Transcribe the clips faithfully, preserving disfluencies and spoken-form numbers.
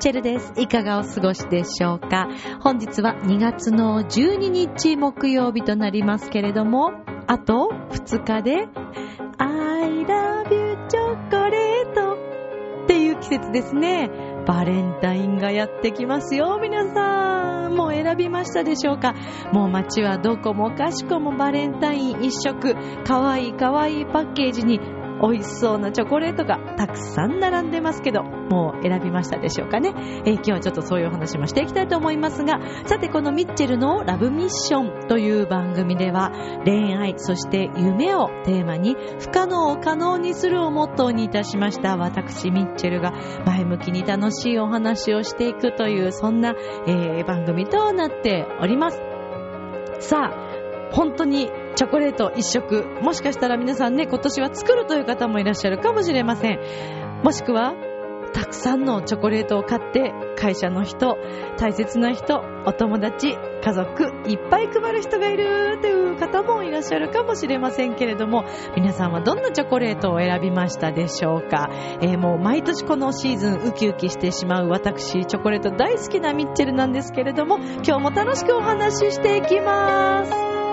チェルです。いかがお過ごしでしょうか。本日はにがつのじゅうににち木曜日となりますけれども、あとふつかで I love you チョコレートっていう季節ですね。バレンタインがやってきますよ。皆さんもう選びましたでしょうか。もう街はどこもかしこもバレンタイン一色、かわいいかわいいパッケージに美味しそうなチョコレートがたくさん並んでますけど、もう選びましたでしょうかね。えー、今日はちょっとそういうお話もしていきたいと思いますが、さてこのミッチェルのラブミッションという番組では、恋愛そして夢をテーマに不可能を可能にするをモットーにいたしました私ミッチェルが前向きに楽しいお話をしていくという、そんな、えー、番組となっております。さあ本当にチョコレート一色、もしかしたら皆さんね、今年は作るという方もいらっしゃるかもしれません。もしくはたくさんのチョコレートを買って会社の人、大切な人、お友達、家族いっぱい配る人がいるという方もいらっしゃるかもしれませんけれども、皆さんはどんなチョコレートを選びましたでしょうか。えー、もう毎年このシーズンウキウキしてしまう私、チョコレート大好きなミッチェルなんですけれども、今日も楽しくお話ししていきます。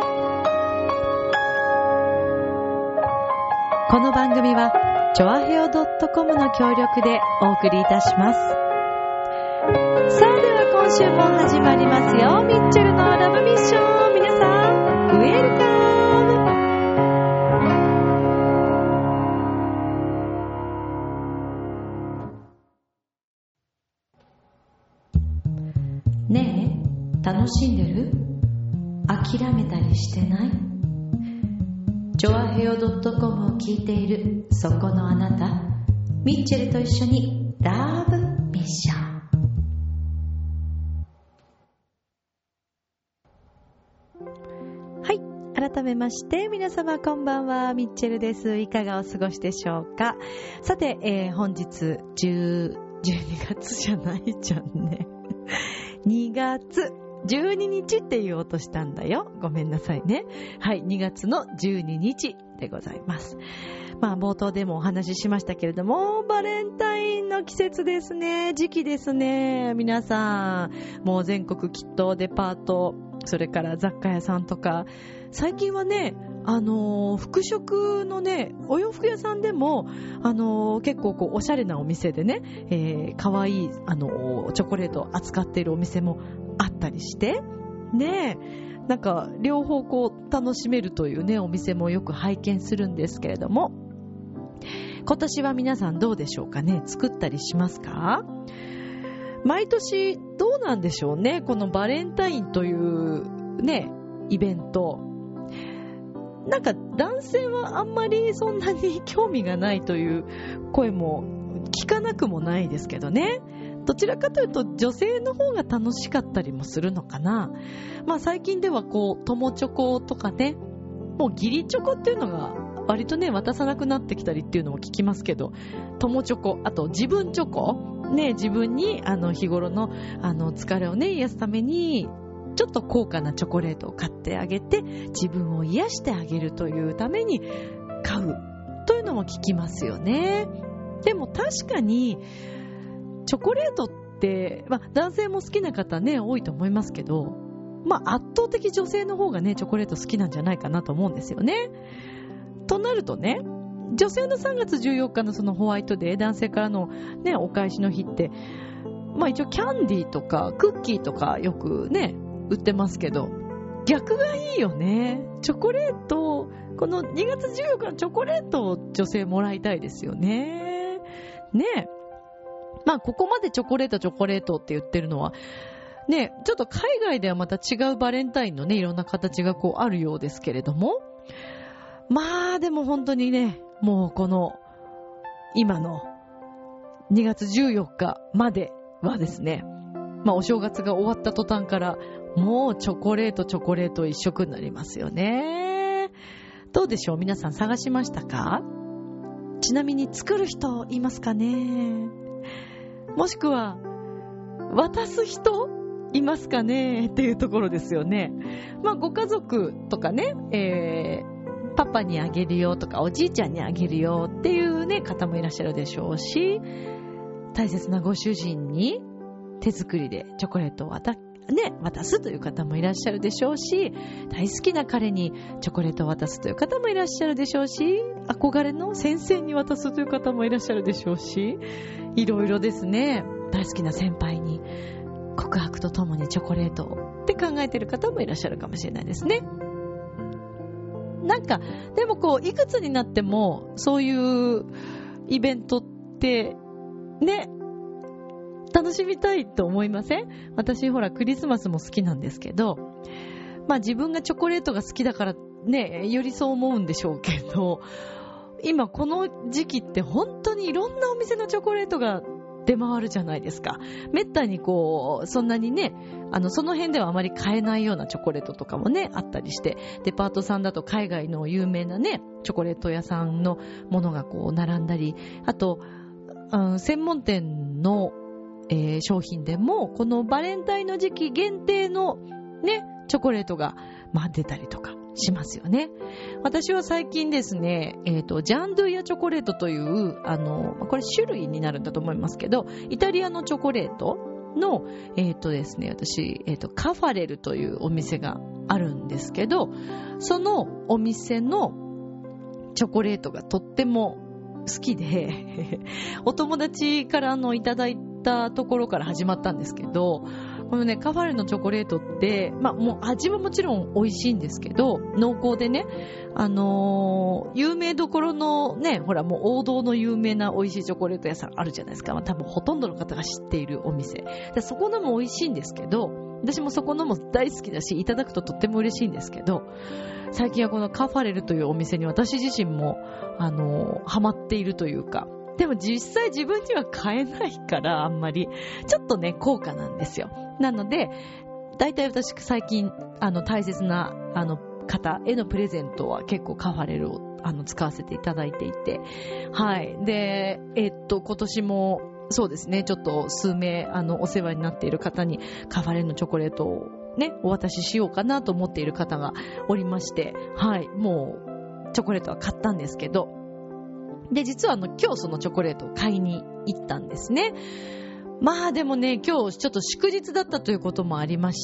この番組はチョアヘオ .com の協力でお送りいたします。さあでは今週も始まりますよ。ミッチェルのラブミッション、皆さんウェルカム。ねえ、楽しんでる？諦めたりしてない？チョアヘオ .com を聞いているそこのあなた、ミッチェルと一緒にラブミッション。はい、改めまして皆様こんばんは、ミッチェルです。いかがお過ごしでしょうか。さて、えー、本日じゅう、じゅうにがつじゃないじゃんねにがつじゅうににちって言おうとしたんだよ。ごめんなさいね。はい、にがつのじゅうににちでございます。まあ冒頭でもお話ししましたけれども、バレンタインの季節ですね。時期ですね。皆さん、もう全国きっとデパート、それから雑貨屋さんとか、最近はね、あのー、服飾のね、お洋服屋さんでも、あのー、結構こうおしゃれなお店でね、えー、かわいい、あのー、チョコレートを扱っているお店もあったりしてね、えなんか両方こう楽しめるというね、お店もよく拝見するんですけれども、今年は皆さんどうでしょうかね。作ったりしますか？毎年どうなんでしょうね。このバレンタインというねイベント、なんか男性はあんまりそんなに興味がないという声も聞かなくもないですけどね。どちらかというと女性の方が楽しかったりもするのかな。まあ最近ではこう友チョコとかね、もう義理チョコっていうのが割とね渡さなくなってきたりっていうのも聞きますけど、友チョコ、あと自分チョコね、自分にあの日頃のあの疲れをね癒すためにちょっと高価なチョコレートを買ってあげて自分を癒してあげるというために買うというのも聞きますよね。でも確かにチョコレートって、まあ、男性も好きな方ね多いと思いますけど、まあ、圧倒的女性の方がねチョコレート好きなんじゃないかなと思うんですよね。となるとね、女性のさんがつじゅうよっかのそのホワイトデー、男性からの、ね、お返しの日って、まあ、一応キャンディーとかクッキーとかよくね売ってますけど、逆がいいよね。チョコレート、このにがつじゅうよっかのチョコレートを女性もらいたいですよね。ねえ、まあここまでチョコレートチョコレートって言ってるのはね、ちょっと海外ではまた違うバレンタインのねいろんな形がこうあるようですけれども、まあでも本当にね、もうこの今のにがつじゅうよっかまではですね、まあお正月が終わった途端からもうチョコレートチョコレート一色になりますよね。どうでしょう、皆さん探しましたか？ちなみに作る人いますかね。もしくは渡す人いますかねっていうところですよね。まあご家族とかね、えー、パパにあげるよとかおじいちゃんにあげるよっていうね方もいらっしゃるでしょうし、大切なご主人に手作りでチョコレートを渡、ね、渡すという方もいらっしゃるでしょうし、大好きな彼にチョコレートを渡すという方もいらっしゃるでしょうし、憧れの先生に渡すという方もいらっしゃるでしょうし、いろいろですね。大好きな先輩に告白とともにチョコレートをって考えている方もいらっしゃるかもしれないですね。なんかでもこういくつになってもそういうイベントってね、楽しみたいと思いません？私ほらクリスマスも好きなんですけど、まあ自分がチョコレートが好きだからね、よりそう思うんでしょうけど、今この時期って本当にいろんなお店のチョコレートが出回るじゃないですか。めったにこうそんなにね、あのその辺ではあまり買えないようなチョコレートとかもねあったりして、デパートさんだと海外の有名なねチョコレート屋さんのものがこう並んだり、あと、うん、専門店の、えー、商品でもこのバレンタインの時期限定のねチョコレートが、まあ、出たりとかしますよね。私は最近ですね、えっと、ジャンドゥイヤチョコレートという、あの、これ種類になるんだと思いますけど、イタリアのチョコレートの、えっとですね、私、えっと、カファレルというお店があるんですけど、そのお店のチョコレートがとっても好きで、お友達からあの、いただいたところから始まったんですけど、このね、カファレルのチョコレートって、まあもう味はもちろん美味しいんですけど、濃厚でね、あのー、有名どころのね、ほらもう王道の有名な美味しいチョコレート屋さんあるじゃないですか。まあ多分ほとんどの方が知っているお店。でそこのも美味しいんですけど、私もそこのも大好きだし、いただくととっても嬉しいんですけど、最近はこのカファレルというお店に私自身も、あのー、ハマっているというか、でも実際自分には買えないからあんまりちょっとね高価なんですよ。なのでだいたい私最近あの大切なあの方へのプレゼントは結構カファレルをあの使わせていただいていて、はいでえっと今年もそうですね、ちょっと数名あのお世話になっている方にカファレルのチョコレートをねお渡ししようかなと思っている方がおりまして、はいもうチョコレートは買ったんですけど、で、実はあの、今日そのチョコレートを買いに行ったんですね。まあでもね、今日ちょっと祝日だったということもありまして、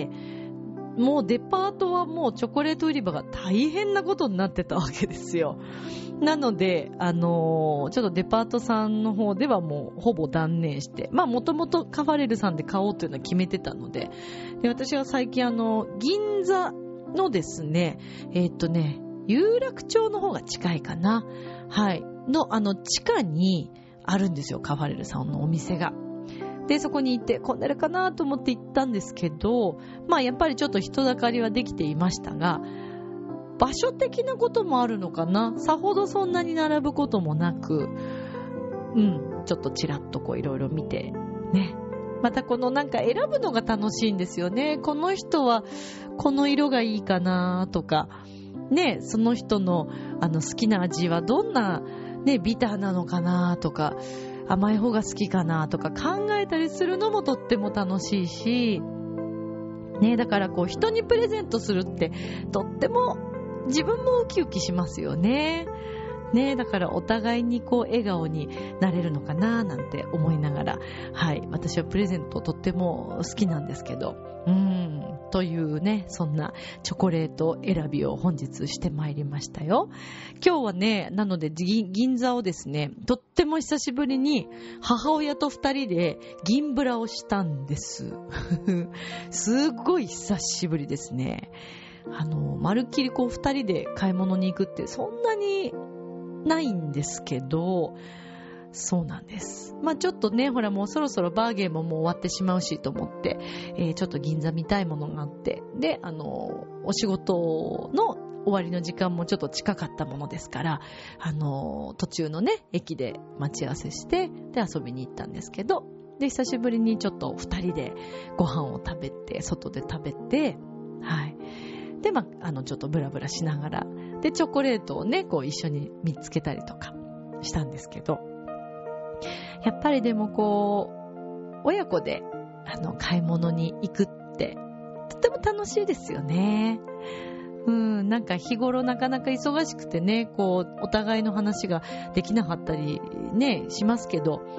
もうデパートはもうチョコレート売り場が大変なことになってたわけですよ。なので、あのー、ちょっとデパートさんの方ではもうほぼ断念して、まあもともとカファレルさんで買おうというのは決めてたので、で私は最近あの、銀座のですね、えー、っとね、有楽町の方が近いかな。はい。の、あの、地下にあるんですよ、カファレルさんのお店が。で、そこに行って混んでるかなと思って行ったんですけど、まあやっぱりちょっと人だかりはできていましたが、場所的なこともあるのかな。さほどそんなに並ぶこともなく、うん、ちょっとちらっとこういろいろ見て、ね。またこのなんか選ぶのが楽しいんですよね。この人はこの色がいいかなとか、ね、その人のあの好きな味はどんなねビターなのかなとか、甘い方が好きかなとか考えたりするのもとっても楽しいし、ね、だからこう人にプレゼントするってとっても自分もウキウキしますよね。ね、だからお互いにこう笑顔になれるのかななんて思いながら、はい、私はプレゼントとっても好きなんですけど、うーんというね、そんなチョコレート選びを本日してまいりましたよ。今日はね、なので銀座をですね、とっても久しぶりに母親と二人で銀ブラをしたんです。すごい久しぶりですね。あの、まるっきりこう二人で買い物に行くってそんなにないんですけど、そうなんです。まあちょっとね、ほらもうそろそろバーゲンももう終わってしまうしと思って、えー、ちょっと銀座見たいものがあって、で、あの、お仕事の終わりの時間もちょっと近かったものですから、あの、途中のね、駅で待ち合わせして、で遊びに行ったんですけど、で、久しぶりにちょっと二人でご飯を食べて、外で食べて、はい。で、まあ、あの、ちょっとブラブラしながら、で、チョコレートをね、こう一緒に見つけたりとかしたんですけど、やっぱりでもこう、親子で、あの、買い物に行くって、とても楽しいですよね。うん、なんか日頃なかなか忙しくてね、こう、お互いの話ができなかったりね、しますけど、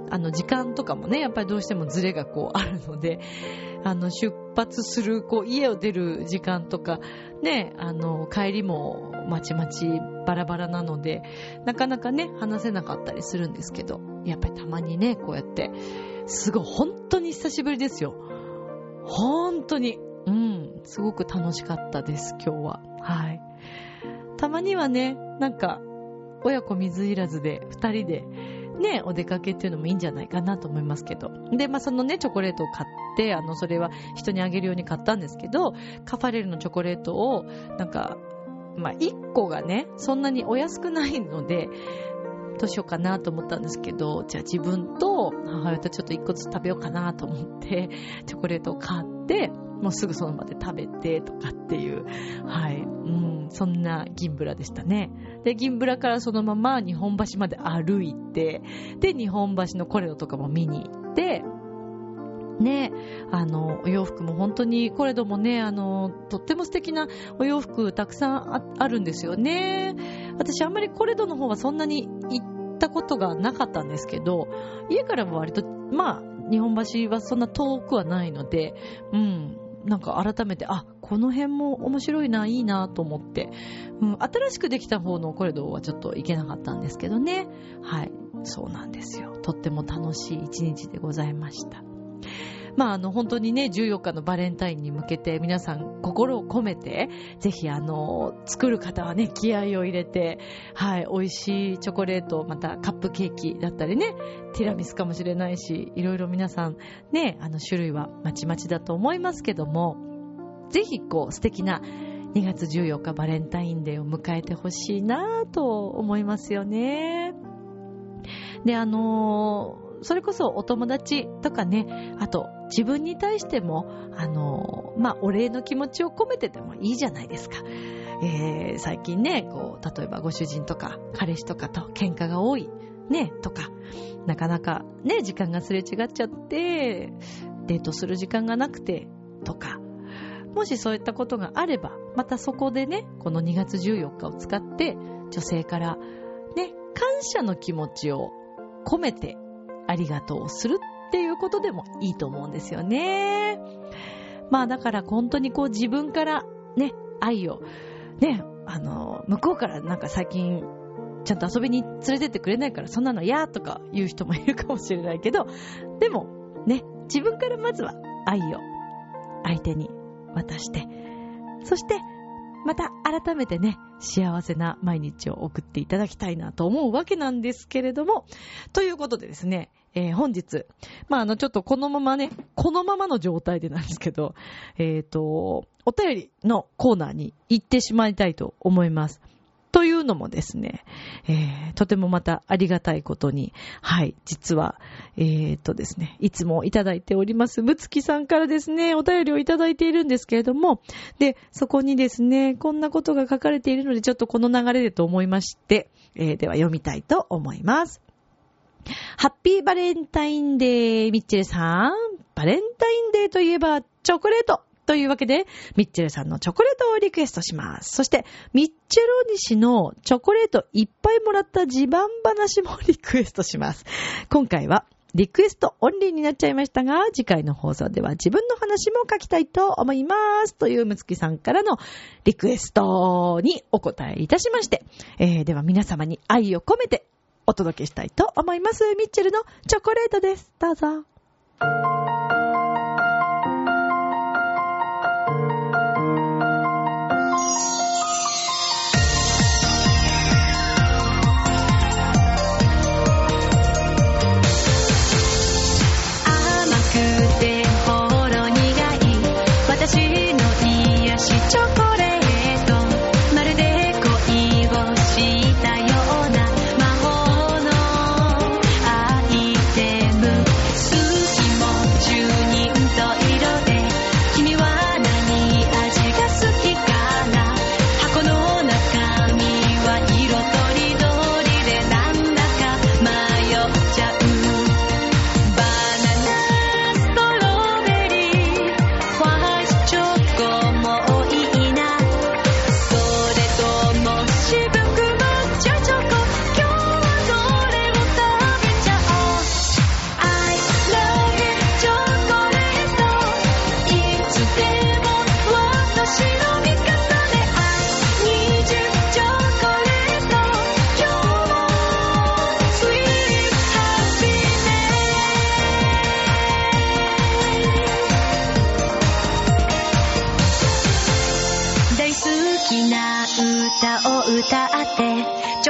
あの時間とかもねやっぱりどうしてもズレがこうあるので、あの出発するこう家を出る時間とかね、あの帰りもまちまちバラバラなのでなかなかね話せなかったりするんですけど、やっぱりたまにねこうやってすごい本当に久しぶりですよ。本当にうんすごく楽しかったです今日は。はい。たまにはねなんか親子水入らずで二人でねお出かけっていうのもいいんじゃないかなと思いますけど、でまあそのねチョコレートを買って、あのそれは人にあげるように買ったんですけど、カファレルのチョコレートをなんかまあいっこがねそんなにお安くないのでどうしようかなと思ったんですけど、じゃあ自分と母親とちょっといっこずつ食べようかなと思ってチョコレートを買ってもうすぐその場で食べてとかっていう、はい、うん、そんな銀ブラでしたね。で銀ブラからそのまま日本橋まで歩いて、で日本橋のコレドとかも見に行ってね、あのお洋服も本当にコレドもね、あのとっても素敵なお洋服たくさん あ, あるんですよね。私あんまりコレドの方はそんなに行ったことがなかったんですけど、家からも割とまあ日本橋はそんな遠くはないので、うんなんか改めてあこの辺も面白いないいなと思って、うん、新しくできた方のコレドはちょっと行けなかったんですけどね。はいそうなんですよ。とっても楽しい一日でございました。まああの本当にねじゅうよっかのバレンタインに向けて皆さん心を込めてぜひあの作る方はね気合を入れて、はい美味しいチョコレート、またカップケーキだったりねティラミスかもしれないし、いろいろ皆さんねあの種類はまちまちだと思いますけども、ぜひこう素敵なにがつじゅうよっかバレンタインデーを迎えてほしいなと思いますよね。であのーそれこそお友達とかね、あと自分に対してもあのまあお礼の気持ちを込めてでもいいじゃないですか。えー、最近ねこう例えばご主人とか彼氏とかと喧嘩が多いねとか、なかなかね時間がすれ違っちゃってデートする時間がなくてとか、もしそういったことがあればまたそこでねこのにがつじゅうよっかを使って女性からね感謝の気持ちを込めてありがとうをするっていうことでもいいと思うんですよね。まあだから本当にこう自分からね愛をねあの向こうからなんか最近ちゃんと遊びに連れてってくれないからそんなの嫌とか言う人もいるかもしれないけど、でもね自分からまずは愛を相手に渡して、そしてまた改めてね幸せな毎日を送っていただきたいなと思うわけなんですけれども、ということでですね、えー、本日まああのちょっとこのままねこのままの状態でなんですけど、えっとお便りのコーナーに行ってしまいたいと思います。というのもですね、えー、とてもまたありがたいことに、はい、実は、えー、っとですね、いつもいただいております、むつきさんからですね、お便りをいただいているんですけれども、で、そこにですね、こんなことが書かれているので、ちょっとこの流れでと思いまして、えー、では読みたいと思います。ハッピーバレンタインデー、ミッチェルさん。バレンタインデーといえば、チョコレート。というわけで、ミッチェルさんのチョコレートをリクエストします。そして、ミッチェル西のチョコレートいっぱいもらった自慢話もリクエストします。今回は、リクエストオンリーになっちゃいましたが、次回の放送では自分の話も書きたいと思います。というむつきさんからのリクエストにお答えいたしまして、えー、では皆様に愛を込めてお届けしたいと思います。ミッチェルのチョコレートです。どうぞ。 チョコレートまるで恋をしたような魔法のアイテム。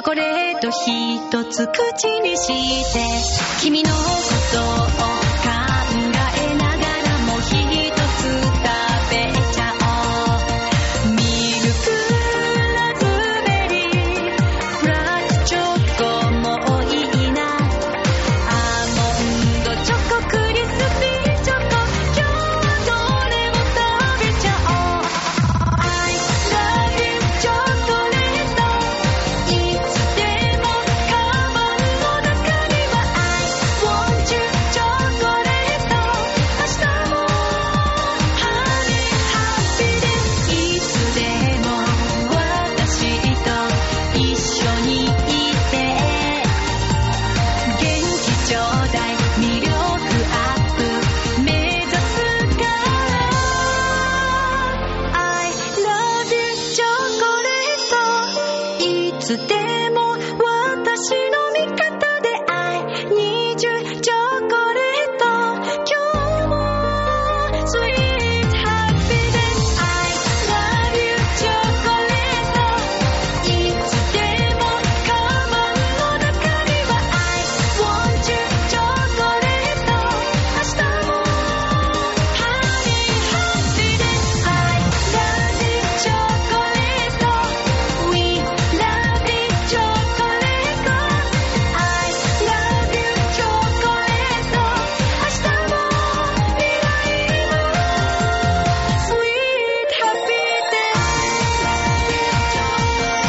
コレート一つ口にして君のことを考えながらも一つ食べちゃおう。ミルクラズベリーブラックチョコもいいな。アーモンドチョコクリスピーチョコ今日はどれも食べちゃおう。 I love you チョコレートいつでもカバンの中には I want you チョコレート明日もハニーハッピーでいつでも私と一緒にいて元気ちょうだい魅力アップ目指すから I love you チョコレートいつでも私の味方で I need you チョコレート今日も Sweet Happy で I love you チョコレートいつでもカバンの中には I want you チョコレート明日もハニーハッピーで I love you チョコレート We love you チョコレート I love you チョコレート明日も未来も Sweet Happy で I love you チョコ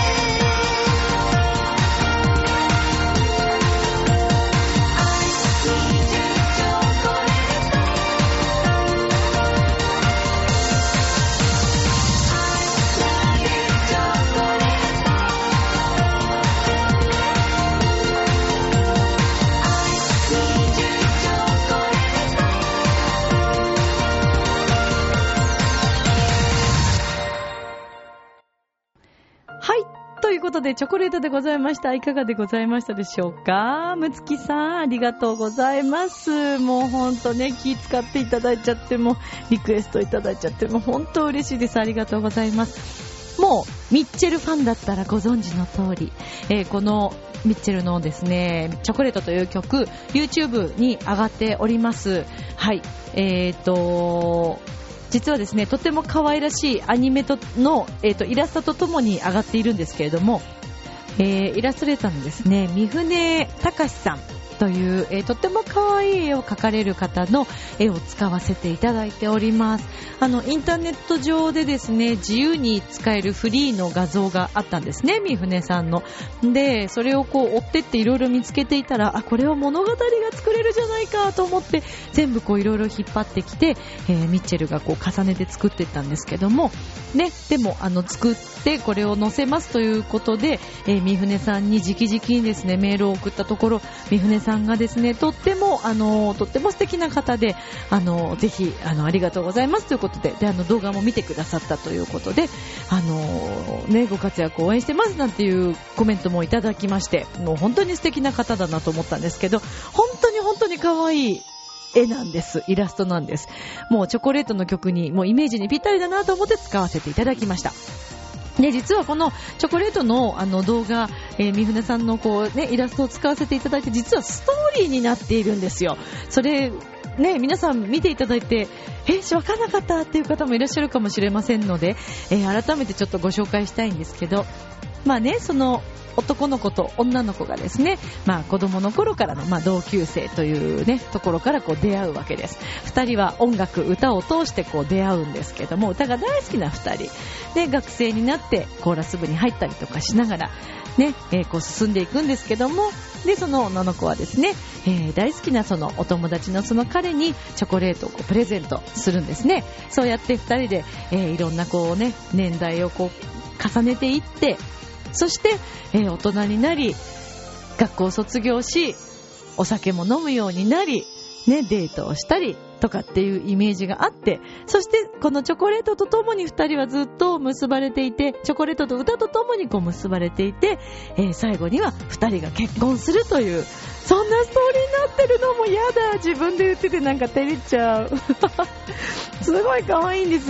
はい。ということで、チョコレートでございました。いかがでございましたでしょうか。むつきさん、ありがとうございます。もうほんとね、気使っていただいちゃっても、リクエストいただいちゃっても、ほんと嬉しいです。ありがとうございます。もう、ミッチェルファンだったらご存知の通り、えーこのミッチェルのですね、チョコレートという曲、YouTube に上がっております。はい。えーと、実はですね、とても可愛らしいアニメとの、えー、とイラストとともに上がっているんですけれども、えー、イラストレーターのですね、三船隆さんという、えー、とっても可愛い絵を描かれる方の絵を使わせていただいております。あのインターネット上でですね、自由に使えるフリーの画像があったんですね、三船さんの。で、それをこう追ってっていろいろ見つけていたら、あ、これは物語が作れるじゃないかと思って全部こういろいろ引っ張ってきて、えー、ミッチェルがこう重ねて作っていったんですけどもね、でもあの作ってこれを載せますということで、えー、三船さんに直々にですねメールを送ったところ、三船さんがですねとってもあのとっても素敵な方で、あのぜひあのありがとうございますということで、であの動画も見てくださったということで、あのねご活躍を応援してますなんていうコメントもいただきまして、もう本当に素敵な方だなと思ったんですけど、本当に本当に可愛い絵なんです。イラストなんです。もうチョコレートの曲にもうイメージにぴったりだなと思って使わせていただきました。ね、実はこのチョコレートのあの動画、えー、三船さんのこうねイラストを使わせていただいて、実はストーリーになっているんですよ。それね、皆さん見ていただいて、え、分からなかったっていう方もいらっしゃるかもしれませんので、えー、改めてちょっとご紹介したいんですけど、まあね、その男の子と女の子がですね、まあ子供の頃からのまあ同級生というねところからこう出会うわけです。二人は音楽、歌を通してこう出会うんですけども、歌が大好きな二人で学生になってコーラス部に入ったりとかしながらね、えー、こう進んでいくんですけども、でその女の子はですね、えー、大好きなそのお友達のその彼にチョコレートをこうプレゼントするんですね。そうやって二人で、えー、いろんなこうね年代をこう重ねていって、そして、えー、大人になり学校を卒業しお酒も飲むようになり、ね、デートをしたりとかっていうイメージがあって、そしてこのチョコレートとともに二人はずっと結ばれていて、チョコレートと歌とともにこう結ばれていて、えー、最後には二人が結婚するという、そんなストーリーになってるのもやだ、自分で言っててなんか照れちゃうすごい可愛いんですよ。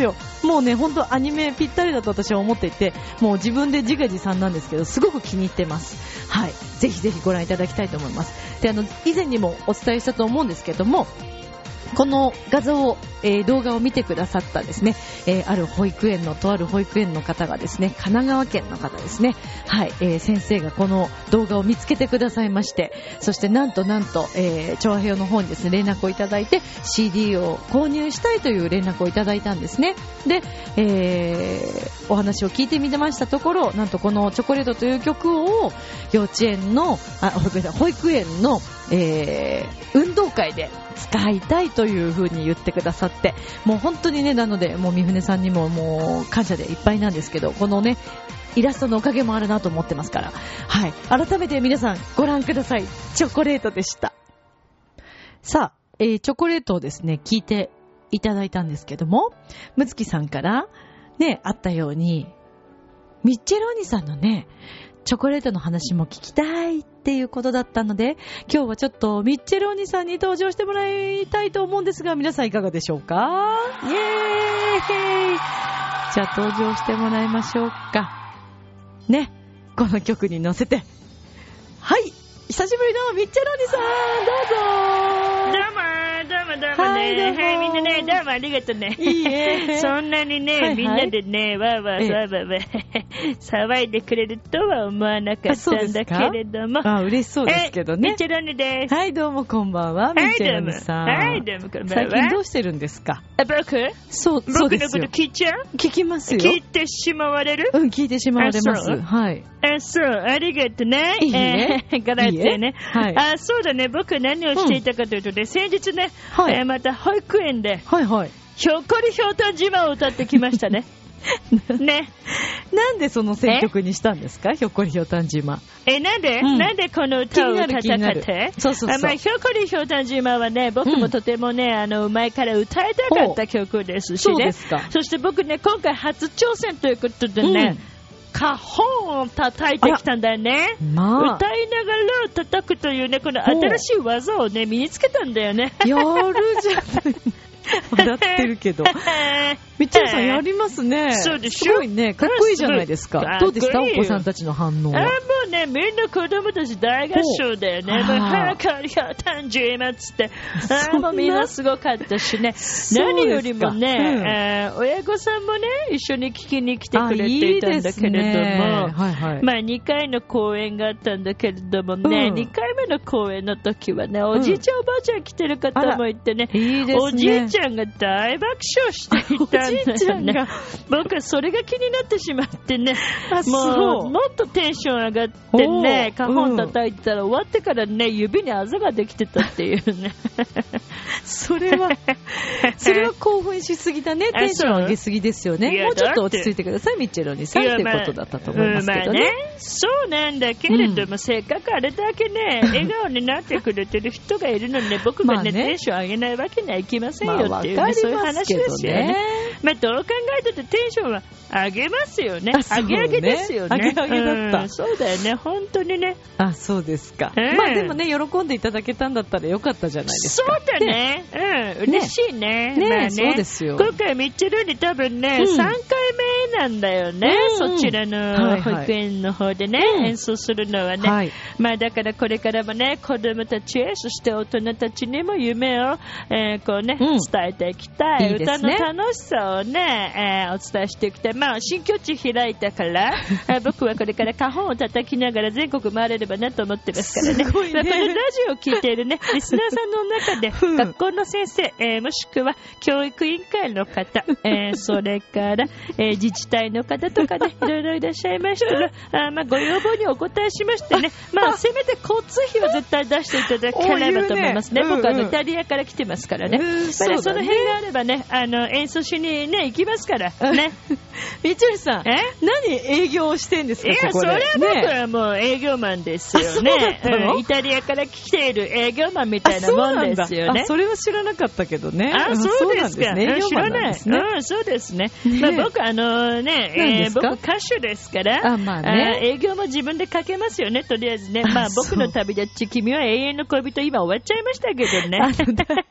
もうね本当アニメぴったりだと私は思っていて、もう自分で自画自賛なんですけどすごく気に入ってます。はい、ぜひぜひご覧いただきたいと思います。で、あの以前にもお伝えしたと思うんですけども、この画像を、えー、動画を見てくださったですね、えー、ある保育園のとある保育園の方がですね、神奈川県の方ですね、はい、えー、先生がこの動画を見つけてくださいまして、そしてなんとなんと、えー、調和表の方にですね連絡をいただいて シーディー を購入したいという連絡をいただいたんですね。で、えー、お話を聞いてみましたところ、なんとこのチョコレートという曲を幼稚園のあ保育園の、えー、運動会で使いたいという風に言ってくださって、もう本当にね、なのでもう三船さんにももう感謝でいっぱいなんですけど、このねイラストのおかげもあるなと思ってますから、はい、改めて皆さんご覧ください。チョコレートでした。さあ、えー、チョコレートをですね聞いていただいたんですけども、むつきさんからねあったようにミッチェルお兄さんのねチョコレートの話も聞きたいっていうことだったので、今日はちょっとミッチェルお兄さんに登場してもらいたいと思うんですが、皆さんいかがでしょうか？イエーイ！じゃあ登場してもらいましょうかね、この曲に乗せて。はい、久しぶりのミッチェルお兄さん、どうぞ。 どうもどうもどうもね、はい、はい、みんなね、どうもありがとうね。いいえそんなにね、はいはい、みんなでね、わーわーわーわーわー騒いでくれるとは思わなかったんだけれども。 あ、嬉しそうですけどね。 ミッチェルお兄です。 はい、どうもこんばんは、ミッチェルお兄さん。 はい、どうもこんばんは。 最近どうしてるんですか？ あ、僕そう、そうですよ。 僕のこと聞いちゃう？ 聞きますよ。 聞いてしまわれる？ うん、聞いてしまわれます。はい。 あ、そう、ありがとうね。 いいね。 えー、ガラッツェね。 はい。 あ、そうだね、僕何をしていたかというとね、うん、先日ね、はい、えー、また保育園で、 はいはい。 ひょっこりひょうたん島を歌ってきましたね。ね。 なんでその選曲にしたんですか？ひょっこりひょうたん島。 え、なんで、うん、なんでこの歌を歌ったかって？ そうそうそう。 あ、まあ、ひょっこりひょうたん島はね、僕もとてもね、うん、あの、前から歌いたかった曲ですしね。 そうですか。 そして僕ね、今回初挑戦ということでね、うん、カホンを叩いてきたんだよね、まあ、歌いながら叩くというね、この新しい技をね身につけたんだよね。 やるじゃない笑ってるけどみっちゃんさんやりますね。 そうでしょ。 すごいね、かっこいいじゃないですか。どうでしたお子さんたちの反応は？あ、もうね、みんな子供たち大合唱だよね。もうはかりゃたんじまっつって、あ、もうみんなすごかったしね。何よりもね、うんえー、親御さんもね一緒に聞きに来てくれていたんだけれども、いい、はいはい、まあにかいの公演があったんだけれどもね、うん、にかいめの公演の時はね、おじいちゃん、うん、おばあちゃん来てる方もいてね、いいですね、おじいちゃんが大爆笑していたんだよね。僕はそれが気になってしまってね、もうもっとテンション上がってね、カホン叩いてたら終わってからね、指にあざができてたっていうね。 それはそれは興奮しすぎだね。テンション上げすぎですよね。もうちょっと落ち着いてくださいミッチェルお兄さんっていうことだったと思いますけどね。まあね、 そうなんだけれども、うん、せっかくあれだけね笑顔になってくれてる人がいるのにね、僕がね、ねテンション上げないわけにはいきませんよっていう、ね、そういう話ですよね。まあ、どう考えててテンションは上げますよね。上げ上げですよね。 上げ上げだった、 うん、そうだよね、本当にね。 あ、そうですか、うん、まあでもね、喜んでいただけたんだったらよかったじゃないですか。 そうだね、うん、嬉しいね。 ね、 まあね、 そうですよ。 今回ミッチェルに多分ね、うん、さんかいめなんだよね、うん、そちらの保育園の方でね、はいはい、演奏するのはね、はい、まあだからこれからもね、子供たちへ、そして大人たちにも夢を、えー、こうね、うん、伝えていきたい。いいですね、歌の楽しさをね、えー、お伝えしていきたい。まあ新境地開いたから僕はこれからカホンを叩きながら全国回れればなと思ってますからね。 すごいね。 まあ、これラジオを聞いているねリスナーさんの中で、うん、学校の先生、えー、もしくは教育委員会の方、えー、それから、えー、自治体の方とかね、いろいろいらっしゃいましたら、あ、まあ、ご要望にお答えしましてね、まあ、せめて交通費は絶対出していただければと思いますね。僕はあのイタリアから来てますからね、うん、まあ、その辺があればね、あの演奏しにね行きますからね。 みちるさん、え、何営業をしてんですか？ いや、 ここでそれは僕はもう営業マンですよね。うん、イタリアから来ている営業マンみたいなもんですよね。 あ、それは知らなかったけどね。 あ、そうですか。 ね、 知らない。うん、そうですね。ね、まあ、僕あのね、えー、僕歌手ですから、あ、まあね、あ、営業も自分でかけますよね、とりあえずね。まあ僕の旅立ち、君は永遠の恋人、今終わっちゃいましたけどね。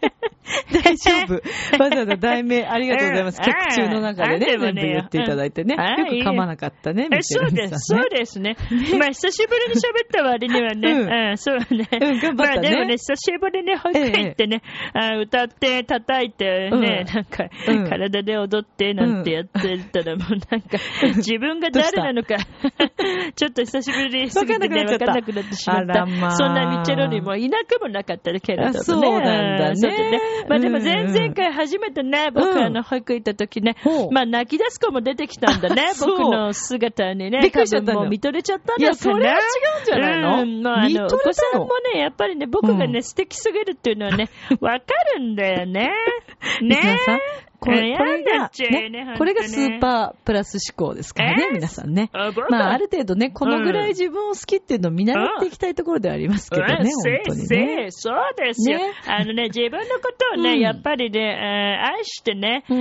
大丈夫。わざわざ題名ありがとうございます。曲中の中でね、全部言っていただいてね。よく噛まなかったね、みそうです、そうですね。まあ、久しぶりに喋った割にはね、うん、そうね。頑張ったね。まあ、でもね、久しぶりに保育園行ってね、歌って叩いてね、なんか、体で踊ってなんてやってたら、もうなんか、自分が誰なのか、ちょっと久しぶりすぎてね、わかんなくなってしまった。そんなミッチェロにもいなくもなかったけれどもね。そうなんだね。まあでも前々回初めてね、僕あの保育行った時ね、まあ泣き出す子も出てきたんだね、僕の姿にね。 びっくりしちゃったの。 もう見とれちゃったんだよ。いや、それは違うんじゃないの？ うん、まああの、お子さんもね、やっぱりね、僕がね、素敵すぎるっていうのはね、わかるんだよね。ね。 これ、これが、ね、これがスーパープラス思考ですからね、皆さんね。まあ、ある程度ね、このぐらい自分を好きっていうのを見習っていきたいところではありますけどね、本当にね。 そうですよ。あのね、自分のことをね、やっぱりね、愛してね、うん、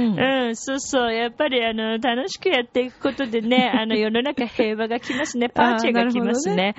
そうそう、やっぱりあの、楽しくやっていくことでね、あの、世の中平和が来ますね、パーチェが来ますね。うん、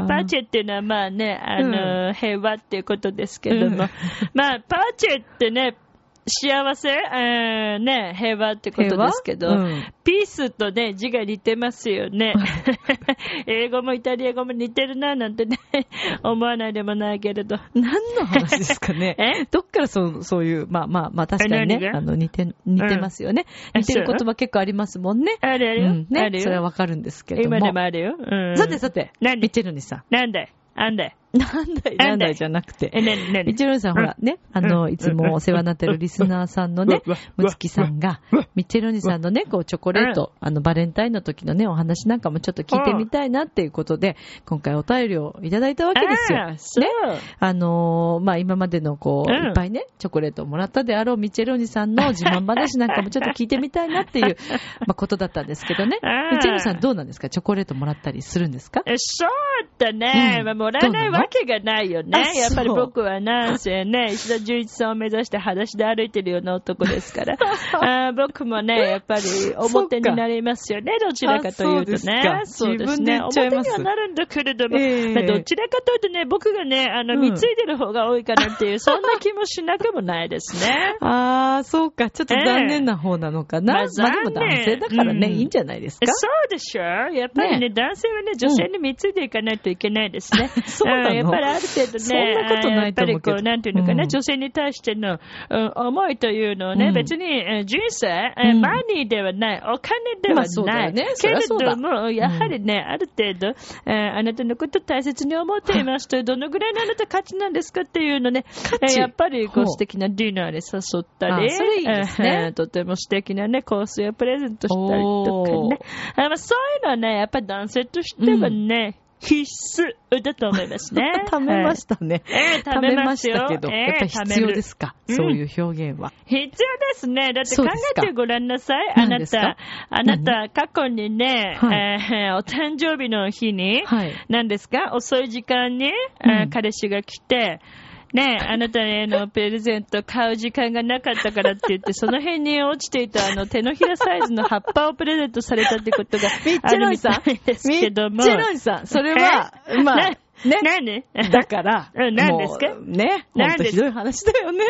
パーチェっていうのはまあね、あの、平和っていうことですけども、まあ、パーチェってね、幸せ、えー、ね、平和ってことですけど、うん、ピースとね、字が似てますよね。英語もイタリア語も似てるな、なんてね、思わないでもないけれど。 何の話ですかね。えどっからそう、そういう、まあまあまあ確かにね、あの似て、似てますよね。うん、似てる言葉結構ありますもんね。 あるあるよ。うん、 ね、 あるよ。 それはわかるんですけども。 今でもあるよ。 うん、さてさて、 何ミッチェルにさ。 なんだいなんだいなんだいなんだいじゃなくて。え、なになにミッチェルさんほらね、あの、いつもお世話になってるリスナーさんのね、むつきさんが、ミッチェルニさんのね、こう、チョコレート、あの、バレンタインの時のね、お話なんかもちょっと聞いてみたいなっていうことで、今回お便りをいただいたわけですよ。ね。あのー、まあ、今までのこう、いっぱいね、チョコレートをもらったであろうミッチェルニさんの自慢話なんかもちょっと聞いてみたいなっていう、まあ、ことだったんですけどね。ミッチェルニさんどうなんですか？チョコレートもらったりするんですか？ そうだね。うん、まあ、もらえないわけがないよね。やっぱり僕はなんせね、石田純一さんを目指して裸足で歩いてるような男ですから、あ僕もね、やっぱり表になりますよね、どちらかというとね。そうですね。表にはなるんだけれども、えーまあ、どちらかというとね、僕がね、あの、貢いでる方が多いかなっていう、うん、そんな気もしなくもないですね。 ああ、そうか。ちょっと残念な方なのかな。えー、まあ、まあ、でも男性だからね、うん、いいんじゃないですか。 そうでしょ。やっぱりね、ね男性はね、女性に貢いでいかないといけないですね。 そうなの？ やっぱりある程度ね、 そんなことないと思うけど。 やっぱりこう、なんていうのかな、うん、女性に対しての、うん、思いというのをね、うん、別に、えー、人生、えーうん、マニーではない、お金ではない。まあ、ね、けれども、やはりね、うん、ある程度、えー、あなたのことを大切に思っていますと、どのぐらいのあなた価値なんですかっていうのね、えー、やっぱりこう素敵なディナーに誘ったり、 それいいですね、 えー、とても素敵なね、コースをプレゼントしたりとかね。あまあ、そういうのはね、やっぱり男性としてはね、うん必須だと思いますね。 食べましたね。 えー、食べましたけど、えー、やっぱり必要ですか、うん、そういう表現は。 必要ですね。だって考えてごらんなさい。あなた、あなた、過去にね、はいえー、お誕生日の日に、はい、何ですか遅い時間に、うん、彼氏が来て、ねえ、あなたへのプレゼント買う時間がなかったからって言って、その辺に落ちていたあの手のひらサイズの葉っぱをプレゼントされたってことがあるみたいですけども。 ミッチェロイさん、それは、まあ、ね。 何だから、 うん、何ですかね。ほんとひどい話だよね。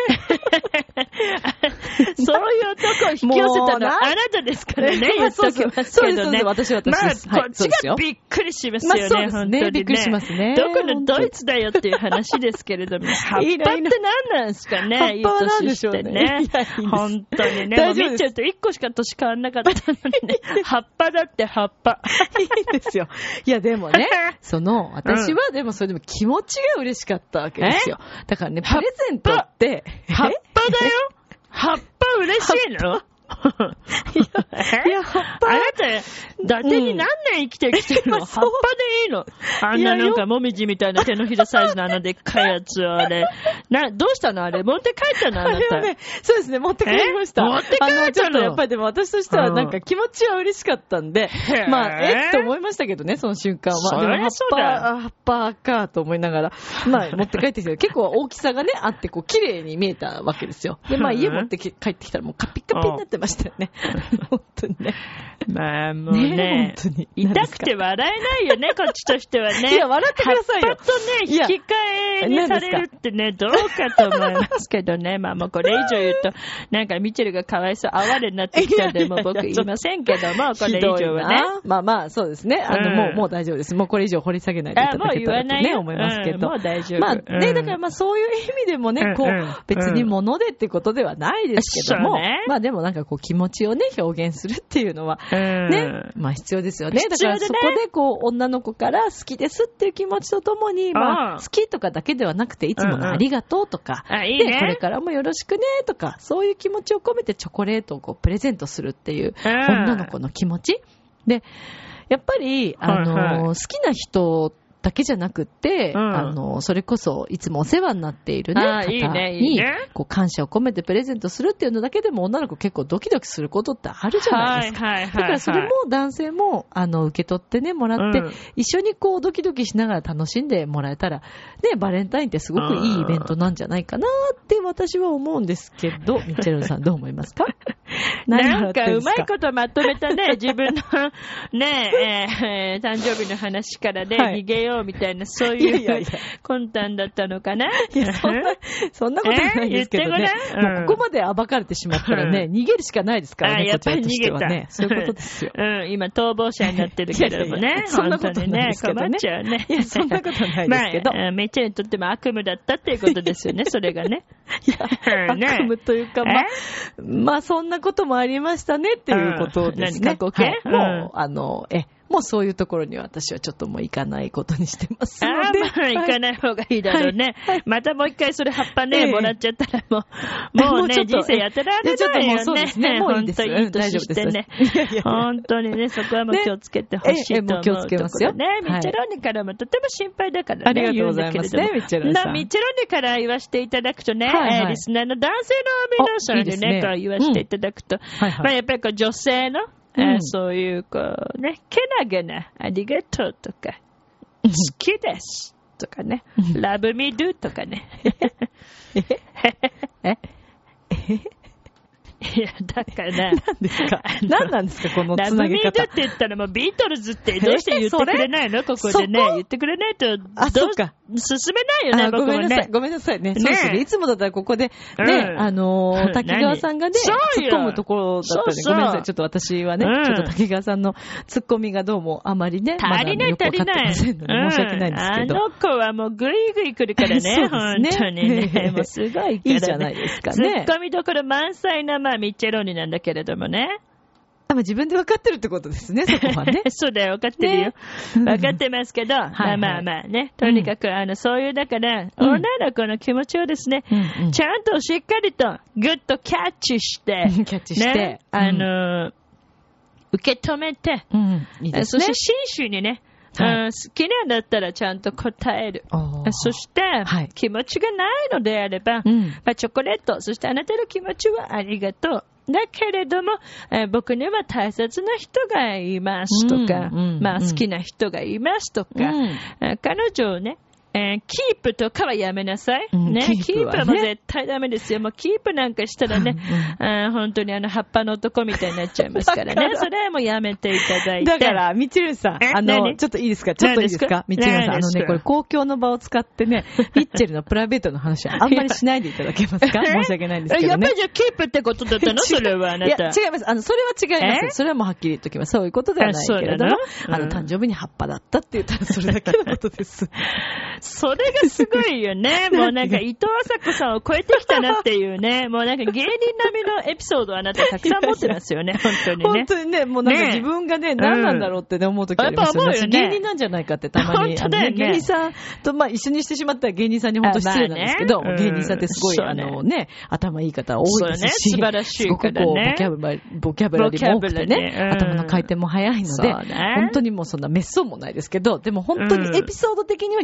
そういうとこを引き寄せたのはあなたですからね、言っときますけどね。 私は私です。 まあ、こっちがびっくりしますよね、 まあ、本当にね。びっくりしますね。 どこのドイツだよっていう話ですけれども、葉っぱって何なんですかね、いい年してね。本当にね。もう見ちゃうといっこしか年変わんなかったのにね。葉っぱだって葉っぱ。 いいですよ。いや、でもね、その、私はでもそれでも気持ちが嬉しかったわけですよ。だからね、プレゼントって、 葉っぱだよ。葉っぱ嬉しいのいや、いや、葉っぱ。あなた、伊達に何年生きてきてるの、うん、葉っぱでいいのあんななんかもみじみたいな手のひらサイズのあのでっかいやつはあれ。な、どうしたのあれ持って帰ったのあなた。 ね、そうですね、持って帰りました。 持って帰ったのあの、 ちょっとやっぱりでも私としてはなんか気持ちは嬉しかったんで、うん、まあ、えって思いましたけどね、その瞬間は。 それはそうだ。 葉っぱかと思いながら、まあ持って帰ってきて、結構大きさがね、あってこう綺麗に見えたわけですよ。で、まあ家持って帰ってきたらもうカピカピになってってましたよね。本当にね。 まあもうね、ね本当に痛くて笑えないよね、こっちとしてはね。 いや、笑ってくださいよ。 葉っぱとね、引き換えにされるってね、どうかと思いますけどね。まあもうこれ以上言うと、なんかミチェルがかわいそう、哀れになってきちゃうんで、もう僕言いませんけども、これ以上はね。 まあまあ、そうですね。あの、うん、もう、もう大丈夫です。もうこれ以上掘り下げないでいただけたらとね、思いますけど。 もう大丈夫。 まあね、だからまあそういう意味でもね、こう、別に物でってことではないですけども、まあでもなんかこう気持ちをね、表現するっていうのは、ね、まあ必要ですよね。だからそこでこう、女の子から好きですっていう気持ちとともに、まあ好きとかだけではなくて、いつものありがとうとか、で、これからもよろしくねとか、そういう気持ちを込めてチョコレートをこうプレゼントするっていう女の子の気持ちで、やっぱり、あの、はいはい、好きな人だけじゃなくって、うん、あの、それこそいつもお世話になっているね、方に、いいねいいね、こう感謝を込めてプレゼントするっていうのだけでも女の子結構ドキドキすることってあるじゃないですか。はいはいはいはい、だからそれも男性も、あの、受け取ってね、もらって、うん、一緒にこうドキドキしながら楽しんでもらえたら、ね、バレンタインってすごくいいイベントなんじゃないかなって私は思うんですけど、ミッチェルさんどう思いますか？ なんかうまいことまとめたね、自分のね、えー、誕生日の話からね、はい、逃げようみたいな、そういう魂胆だったのかな。 いや、そんな、そんなことないですけどね。えー、もうここまで暴かれてしまったらね、逃げるしかないですからね、 やっぱり逃げた。 ね、そういうことですよ。 うん、今逃亡者になってるけれどもね、いやいやそんなことないですけどね。困っちゃうね。 いや、そんなことないですけど。 まあ、めっちゃにとっても悪夢だったっていうことですよね、それがね。 いや、ね、悪夢というか、まあ、まあ、そんなこともありましたねっていうことですね。 過去形、 はい、もう、あの、え、もうそういうところに私はちょっともう行かないことにしてますので。 ああ、まあ行かない方がいいだろうね。はいはい、またもう一回それ葉っぱね、えー、もらっちゃったらもう、もうね、人生やってられないよね。ちょっともうそうですね。もういいです。本当にいい年してね。本当にね、そこはもう気をつけてほしいと思う、ね。えー、もう気をつけますよ。ね、ミッチェローニからもとても心配だからね。 ありがとうございますね、ミッチェローニさん。 ミッチェローニから言わせていただくとね、はいはい、リスナーの男性の皆さんにね、から言わせていただくと、うん、まあやっぱりこう女性の、うん、そういうこうね、けなげなありがとうとか、好きですとかね、ラブミドゥとかね。ええいや、だから、 何ですか何なんですかこのつなげ方。 ラブミードって言ったらもうビートルズってどうして言ってくれないのここでね。言ってくれないと、 あ、そっか。 進めないよね、僕もね。 ごめんなさい、ごめんなさいね。そうですね。いつもだったらここで、ね、あの、滝川さんがね、突っ込むところだったんで、ごめんなさい。ちょっと私はね、ちょっと滝川さんの突っ込みがどうもあまりね、 足りない足りない。 申し訳ないんですけど。 あの子はもうぐいぐい来るからね、本当にね。もうすごいからね。 いいじゃないですかね。 突っ込みどころ満載な、まあ、ミッチェローニなんだだけれどもね。 あ、自分で分かってるってことですね、そこはね。 そうだよ、分かってるよ。ね、分かってますけど、はいはい、まあまあまあね、とにかく、うん、あの、そういう、だから、うん、女の子の気持ちをですね、うんうん、ちゃんとしっかりと、ぐっとキャッチして、 キャッチして、ね、 あの、うん、受け止めて、 うん、いいですね、 そして真摯にね、はい、好きなんだったらちゃんと答える。そして、はい、気持ちがないのであれば、うんまあ、チョコレート、そしてあなたの気持ちはありがとう。だけれども、えー、僕には大切な人がいますとか、うんうんうん、まあ好きな人がいますとか、うんえー、彼女をね、えー、キープとかはやめなさい。ね、キープはね。キープはもう絶対ダメですよ。もうキープなんかしたらね、うんうん、あ本当にあの葉っぱの男みたいになっちゃいますからね。それはもうやめていただいて。 だから、みちるんさん、あの、ちょっといいですかちょっといいですかみちるんさん、あのね、これ公共の場を使ってね、ミッチェルのプライベートの話はあんまりしないでいただけますか申し訳ないんですけどね。 やっぱりじゃあキープってことだったのそれはあなた。 いや、違います。あの、それは違います。それはもうはっきり言っときます。そういうことではないけれども、あの、誕生日に葉っぱだったって言ったらそれだけのことです。 それがすごいよね。もうなんか伊藤麻子さんを超えてきたなっていうね。もうなんか芸人並みのエピソードをあなたたくさん持ってますよね。本当にね。 本当にね、もうなんか自分がね、何なんだろうって思うときありますよね。芸人なんじゃないかってたまに。芸人さんとまあ一緒にしてしまったら芸人さんに本当失礼なんですけど、芸人さんってすごいあのね、頭いい方多いですし、 素晴らしいからね。 ボキャブラリー、ボキャブラリーも多くてね、頭の回転も早いので、本当にもうそんな滅相もないですけど、でも本当にエピソード的には芸人さん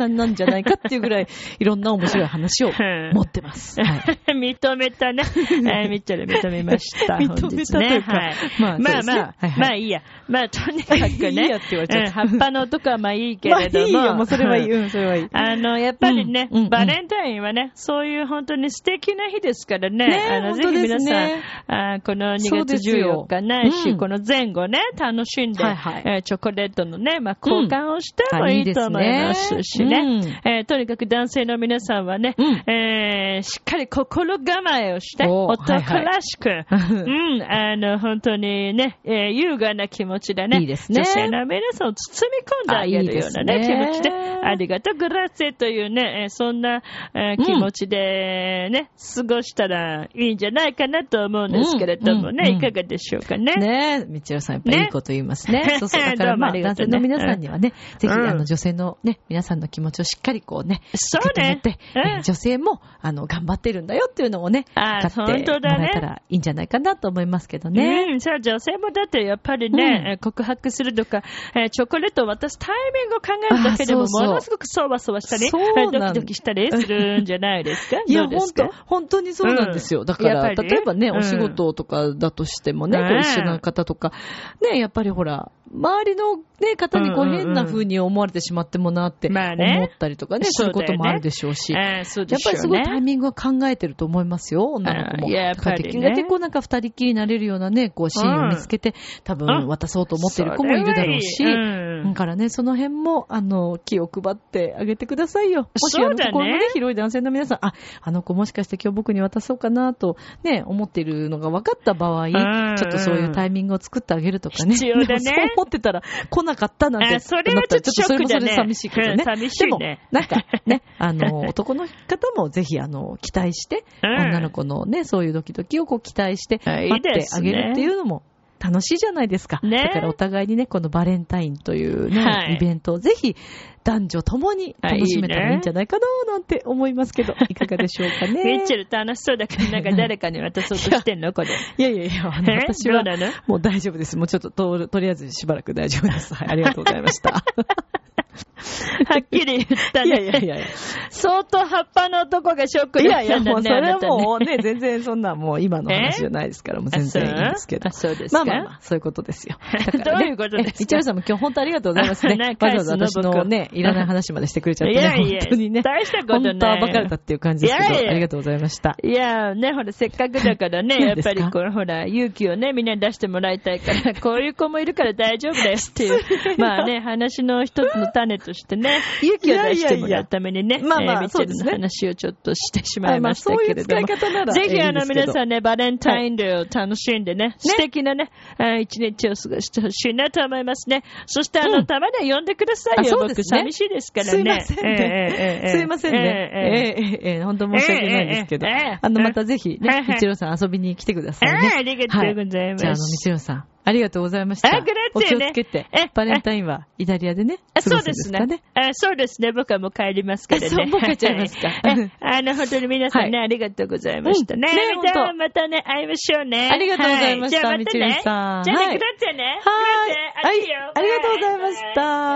間なんじゃないかっていうぐらいいろんな面白い話を持ってます。はい、 認めたね。えー、ミッチェル認めました。 認めたというか、 はい、まあ、まあまあ、はいはい、まあいいや。まあとにかくね、いいやって言われちゃった。葉っぱの男はまあいいけれども。 まあいいよ、もうそれはいい。うん、それはいい。 あの、やっぱりね、うんうん、バレンタインはね、そういう本当に素敵な日ですからね。 ね、 あの、ぜひ皆さん、あこのにがつじゅうよっかないし、うん、この前後ね、楽しんで、はいはい、えー、チョコレートのね、まあ、交換をしてもいいと思いますしね。うん、えー、とにかく男性の皆さんはね、うん、えー、しっかり心構えをして、男らしく、はいはい、うん、あの、本当にね、えー、優雅な気持ちでね、 いいですね、 女性の皆さんを包み込んであげるようなね、いいね気持ちで、ありがとう、グラッツェというね、えー、そんな、えー、気持ちでね、うん、過ごしたらいいんじゃないかなと思うんですけれどもね、うんうん、いかがでしょうかね。 ねえ、みちろさんやっぱりいいこと言いますね。ねそうそう、だからまあ、男性の皆さんにはね、うん、ぜひ、あの、女性のね、皆さんの気持ちをしっかりこうね、受け止めて、うん、女性も、あの、頑張ってるんだよっていうのをね、分かってもらえたらいいんじゃないかなと思いますけどね。 うん、じゃあ女性もだってやっぱりね、うん、告白するとか、えー、チョコレートを渡すタイミングを考えるだけでもものすごくそわそわしたり、ドキドキしたりするんじゃないですか。 いや、本当本当にそうなんですよ。うん、だから、例えばね、お仕事とかだとしてもね、うん、こう一緒な方とか、ね、やっぱりほら、周りの、ね、方にこう変な風に思われてしまってもなって思ったりとかね、そういうこともあるでしょうし、やっぱりすごいタイミングは考えてると思いますよ、女の子も。やっぱりね、できるだけこうなんか二人きりになれるようなね、こうシーンを見つけて、多分渡そうと思ってる子もいるだろうし、だからね、その辺も、あの、気を配ってあげてくださいよ。もしあのところのね、広い男性の皆さん、あ、あの子もしかして今日僕に渡そうかなとね、思っているのが分かった場合、ちょっとそういうタイミングを作ってあげるとかね。 必要だね。 そう思ってたら来なかったなんて。 それはちょっとショックだね。 それもそれで寂しいけどね。うん、 寂しいね。 でも、なんかね、あの、男の方もぜひ、あの、期待して、うん、女の子のね、そういうドキドキをこう期待して、待ってあげるっていうのも、楽しいじゃないですか。ね、だからお互いにね、このバレンタインというね、はい、イベントをぜひ男女ともに楽しめたらいいんじゃないかななんて思いますけど、いかがでしょうかね。 ミッチェル楽しそうだからなんか誰かに渡そうとしてんのこれ。 いやいやいや、あの私はもう大丈夫です。もうちょっとと、とりあえずしばらく大丈夫です。はい、ありがとうございました。 はっきり言ったね。いやいやいやいや。相当葉っぱの男がショックだったんだね。いやいや、もうそれはもうね、全然そんなもう今の話じゃないですから、もう全然いいんですけど。 あ、そうですか。 まあまあまあ、そういうことですよ。 だからね、どういうことですか。 一応さんも今日本当ありがとうございますね。わざわざ私のね、いらない話までしてくれちゃってね、本当にね。 大したことない。 本当はばかれたっていう感じですけど、ありがとうございました。 いやね、ほら、せっかくだからね、やっぱりこのほら、勇気をね、みんなに出してもらいたいから、こういう子もいるから大丈夫だよっていう、まあね、話の一つの種としてね、勇気を出してもらうためにね、まあまあ、ミッチェルの話をちょっとしてしまいましたけれども、ぜひあの皆さんね、バレンタインデーを楽しんでね、素敵なね、一日を過ごしてほしいなと思いますね。そしてあの、たまには呼んでくださいよ、僕寂しいですからね。 すいませんね。すいませんね。ええええ、本当申し訳ないですけど、あの、またぜひね、みちろさん遊びに来てくださいね。 ありがとうございます。 じゃあ、あの、みちろさん。ありがとうございました。 あ、グラッツェね。 お気をつけて。バレンタインはイタリアでね。 そうですね。あ、そうですね。僕はもう帰りますけどね。 そう、もう帰っちゃいますか。 あの、本当に皆さんね、ありがとうございましたね。じゃあ、またね、会いましょうね。 ありがとうございました、みちるさん。 じゃあね、グラッツェね。 はい。ありがとうございました。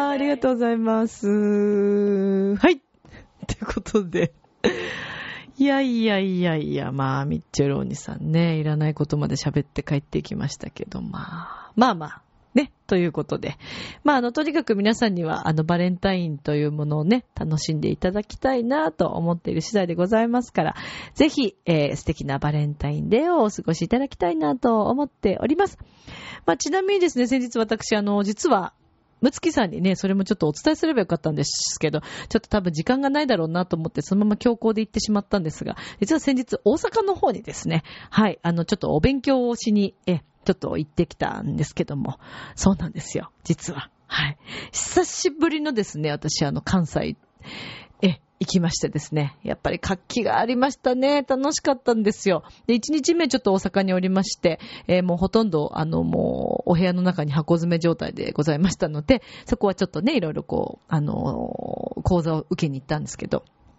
ありがとうございます。はい。ということで。いやいやいやいや、まあ、ミッチェルお兄さんね、いらないことまで喋って帰ってきましたけど、まあ、まあまあ、ね、ということで。まあ、あの、とにかく皆さんには、あの、バレンタインというものをね、楽しんでいただきたいなと思っている次第でございますから、ぜひ、えー、素敵なバレンタインデーをお過ごしいただきたいなと思っております。まあ、ちなみにですね、先日私、あの、実は、むつきさんにね、それもちょっとお伝えすればよかったんですけど、ちょっと多分時間がないだろうなと思って、そのまま強行で行ってしまったんですが、実は先日大阪の方にですね、はい、あの、ちょっとお勉強をしに、え、ちょっと行ってきたんですけども、そうなんですよ、実は。はい。久しぶりのですね、私、あの、関西、え、行きましてですね。やっぱり活気がありましたね。楽しかったんですよ。で、一日目ちょっと大阪におりまして、えー、もうほとんど、あの、もう、お部屋の中に箱詰め状態でございましたので、そこはちょっとね、いろいろこう、あの、講座を受けに行ったんですけど、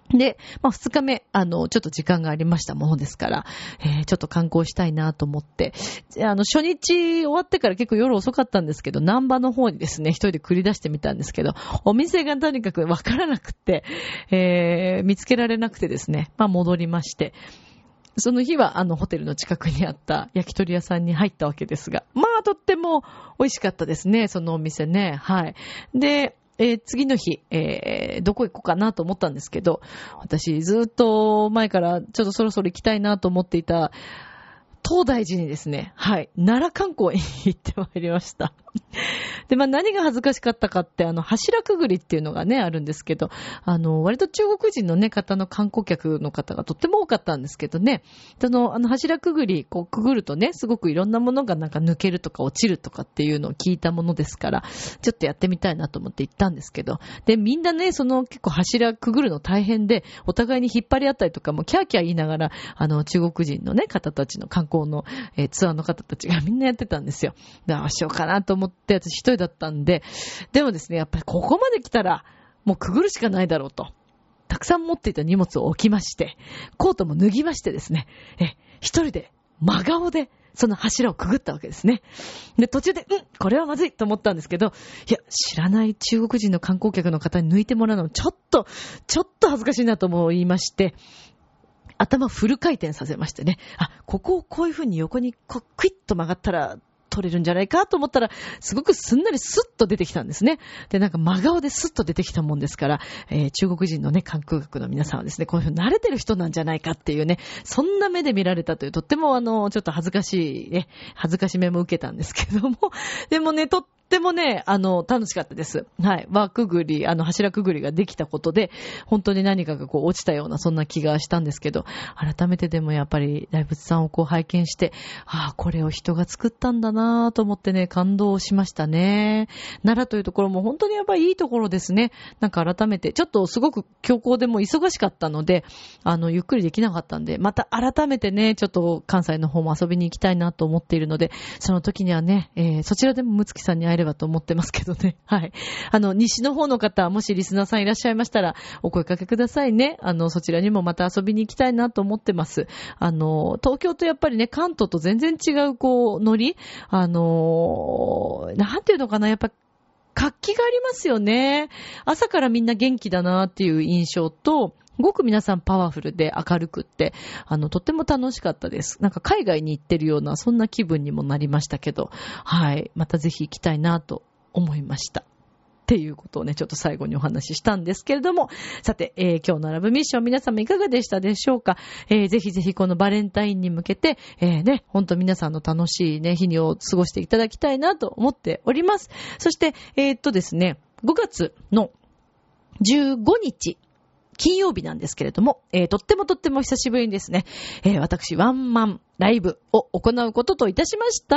で、まあ二日目、あの、ちょっと時間がありましたものですから、えー、ちょっと観光したいなと思って、あの、初日終わってから結構夜遅かったんですけど、南波の方にですね、一人で繰り出してみたんですけど、お店がとにかくわからなくて、えー、見つけられなくてですね、まあ戻りまして、その日はあのホテルの近くにあった焼き鳥屋さんに入ったわけですが、まあとっても美味しかったですね、そのお店ね。はい。で、えー、次の日、えー、どこ行こうかなと思ったんですけど、私ずっと前からちょっとそろそろ行きたいなと思っていた東大寺にですね、はい、奈良観光に行ってまいりました。で、まあ何が恥ずかしかったかって、あの、柱くぐりっていうのがね、あるんですけど、あの、割と中国人のね、方の観光客の方がとっても多かったんですけどね、その、あの、柱くぐり、こう、くぐるとね、すごくいろんなものがなんか抜けるとか落ちるとかっていうのを聞いたものですから、ちょっとやってみたいなと思って行ったんですけど、で、みんなね、その結構柱くぐるの大変で、お互いに引っ張り合ったりとかもキャーキャー言いながら、あの、中国人のね、方たちの観光の、えー、ツアーの方たちがみんなやってたんですよ。で、ああしようかなと思って、私一人だったんで、でもですね、やっぱりここまで来たら、もうくぐるしかないだろうと。たくさん持っていた荷物を置きまして、コートも脱ぎましてですね、え、一人で、真顔で、その柱をくぐったわけですね。で、途中で、うん、これはまずいと思ったんですけど、いや、知らない中国人の観光客の方に抜いてもらうの、ちょっと、ちょっと恥ずかしいなと思いまして、頭フル回転させましてね、あ、ここをこういう風に横にこうクイッと曲がったら、取れるんじゃないかと思ったら、すごくすんなりスッと出てきたんですね。で、なんか真顔でスッと出てきたもんですから、えー、中国人のね、観光客の皆さんはですね、こういうふうに慣れてる人なんじゃないかっていうね、そんな目で見られたという、とってもあの、ちょっと恥ずかしいね、恥ずかしめも受けたんですけども、でもね、とってもね、あの、楽しかったです。はい。輪くぐり、あの、柱くぐりができたことで、本当に何かがこう落ちたような、そんな気がしたんですけど、改めてでもやっぱり大仏さんをこう拝見して、ああ、これを人が作ったんだなぁと思ってね、感動しましたね。奈良というところも本当にやっぱりいいところですね。なんか改めて、ちょっとすごく強行でも忙しかったので、あの、ゆっくりできなかったんで、また改めてね、ちょっと関西の方も遊びに行きたいなと思っているので、その時にはね、えー、そちらでもむつきさんに会えればと思ってますけどね。はい。あの、西の方の方、もしリスナーさんいらっしゃいましたら、お声かけくださいね。あの、そちらにもまた遊びに行きたいなと思ってます。あの、東京とやっぱりね、関東と全然違う、こう、ノリ、あの、なんていうのかな、やっぱ、活気がありますよね。朝からみんな元気だなっていう印象と、すごく皆さんパワフルで明るくって、あの、とっても楽しかったです。なんか海外に行ってるような、そんな気分にもなりましたけど、はい。またぜひ行きたいなと思いました。っていうことをね、ちょっと最後にお話ししたんですけれども、さて、えー、今日のラブミッション皆様いかがでしたでしょうか。えー、ぜひぜひこのバレンタインに向けて、えー、ね、ほんと皆さんの楽しいね、日を過ごしていただきたいなと思っております。そして、えー、っとですね、ごがつのじゅうごにち、金曜日なんですけれども、えー、とってもとっても久しぶりにですね、えー、私ワンマンライブを行うことといたしました。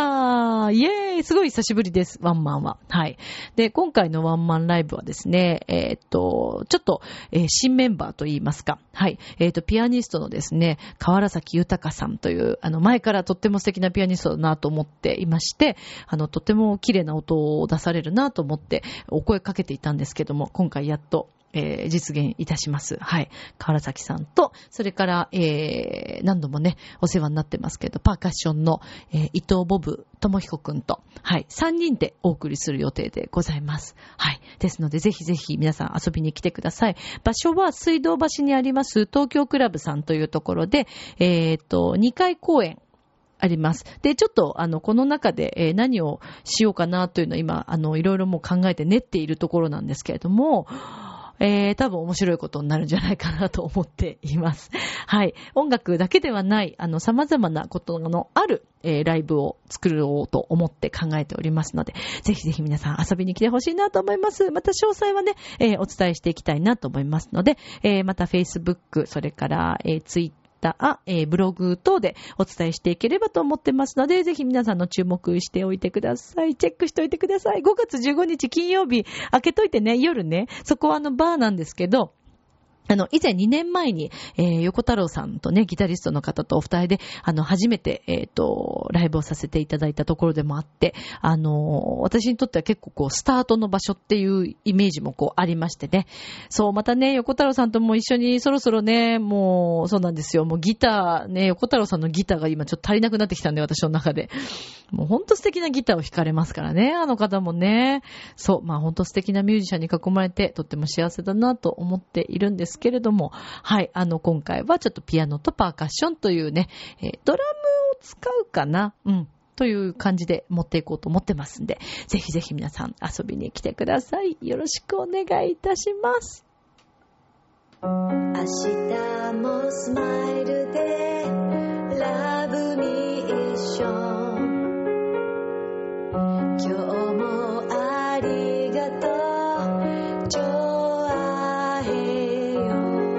イエーイ、すごい久しぶりです、ワンマンは。はい。で、今回のワンマンライブはですね、えー、っと、ちょっと、えー、新メンバーといいますか、はい。えー、っと、ピアニストのですね、河原崎豊さんという、あの、前からとっても素敵なピアニストだなと思っていまして、あの、とっても綺麗な音を出されるなと思って、お声かけていたんですけども、今回やっと、えー、実現いたします。はい。河原崎さんと、それから、えー、何度もね、お世話になってますけど、パーカッションの、えー、伊藤ボブ智彦くんと、はい。さんにんでお送りする予定でございます。はい。ですので、ぜひぜひ皆さん遊びに来てください。場所は水道橋にあります、東京クラブさんというところで、えーと、にかい公演、あります。で、ちょっと、あの、この中で、えー、何をしようかなというのを今、あの、いろいろもう考えて練っているところなんですけれども、えー、多分面白いことになるんじゃないかなと思っています。はい。音楽だけではない、あの、様々なことのある、えー、ライブを作ろうと思って考えておりますので、ぜひぜひ皆さん遊びに来てほしいなと思います。また詳細はね、えー、お伝えしていきたいなと思いますので、えー、また Facebook、それから、えー、Twitter、えー、ブログ等でお伝えしていければと思ってますので、ぜひ皆さんの注目しておいてください。チェックしておいてください。ごがつじゅうごにち金曜日、開けといてね、夜ね、そこはあのバーなんですけど、 あの、以前にねんまえに、えー、横太郎さんとね、ギタリストの方とお二人で、あの、初めて、えっと、ライブをさせていただいたところでもあって、あの、私にとっては結構こう、スタートの場所っていうイメージもこう、ありましてね。そう、またね、横太郎さんとも一緒にそろそろね、もう、そうなんですよ。もうギター、ね、横太郎さんのギターが今ちょっと足りなくなってきたんで、私の中で。もうほんと素敵なギターを弾かれますからね、あの方もね。そう、まあほんと素敵なミュージシャンに囲まれて、とっても幸せだなと思っているんですけれども、はい、あの、今回はちょっとピアノとパーカッションというね、えー、ドラムを使うかな、うん、という感じで持っていこうと思ってますんで、ぜひぜひ皆さん遊びに来てください。よろしくお願いいたします。 明日もスマイルでラブミッション、今日もありがとうジョアヘヨ。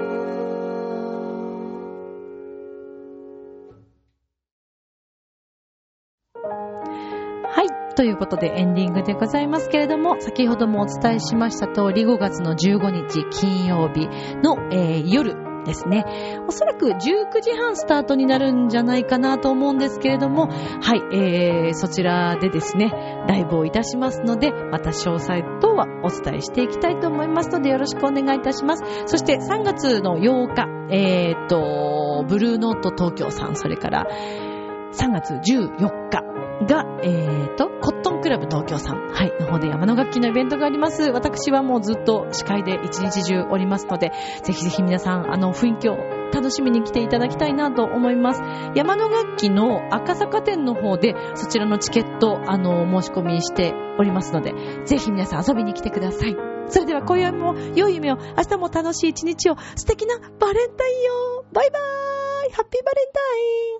はい。ということでエンディングでございますけれども、先ほどもお伝えしました通りごがつのじゅうごにち金曜日の、えー、夜ですね。おそらくじゅうくじはんスタートになるんじゃないかなと思うんですけれども、はい、えー、そちらでですね、ライブをいたしますので、また詳細等はお伝えしていきたいと思いますので、よろしくお願いいたします。そしてさんがつのようか、えーと、ブルーノート東京さん、それからさんがつじゅうよっかが、えーと、コットンクラブ東京さん、はい、の方で山の楽器のイベントがあります。私はもうずっと司会で一日中おりますので、ぜひぜひ皆さん、あの、雰囲気を楽しみに来ていただきたいなと思います。山の楽器の赤坂店の方で、そちらのチケット、あの、申し込みしておりますので、ぜひ皆さん遊びに来てください。それでは今夜も良い夢を、明日も楽しい一日を、素敵なバレンタインよ。バイバーイ、ハッピーバレンタイン。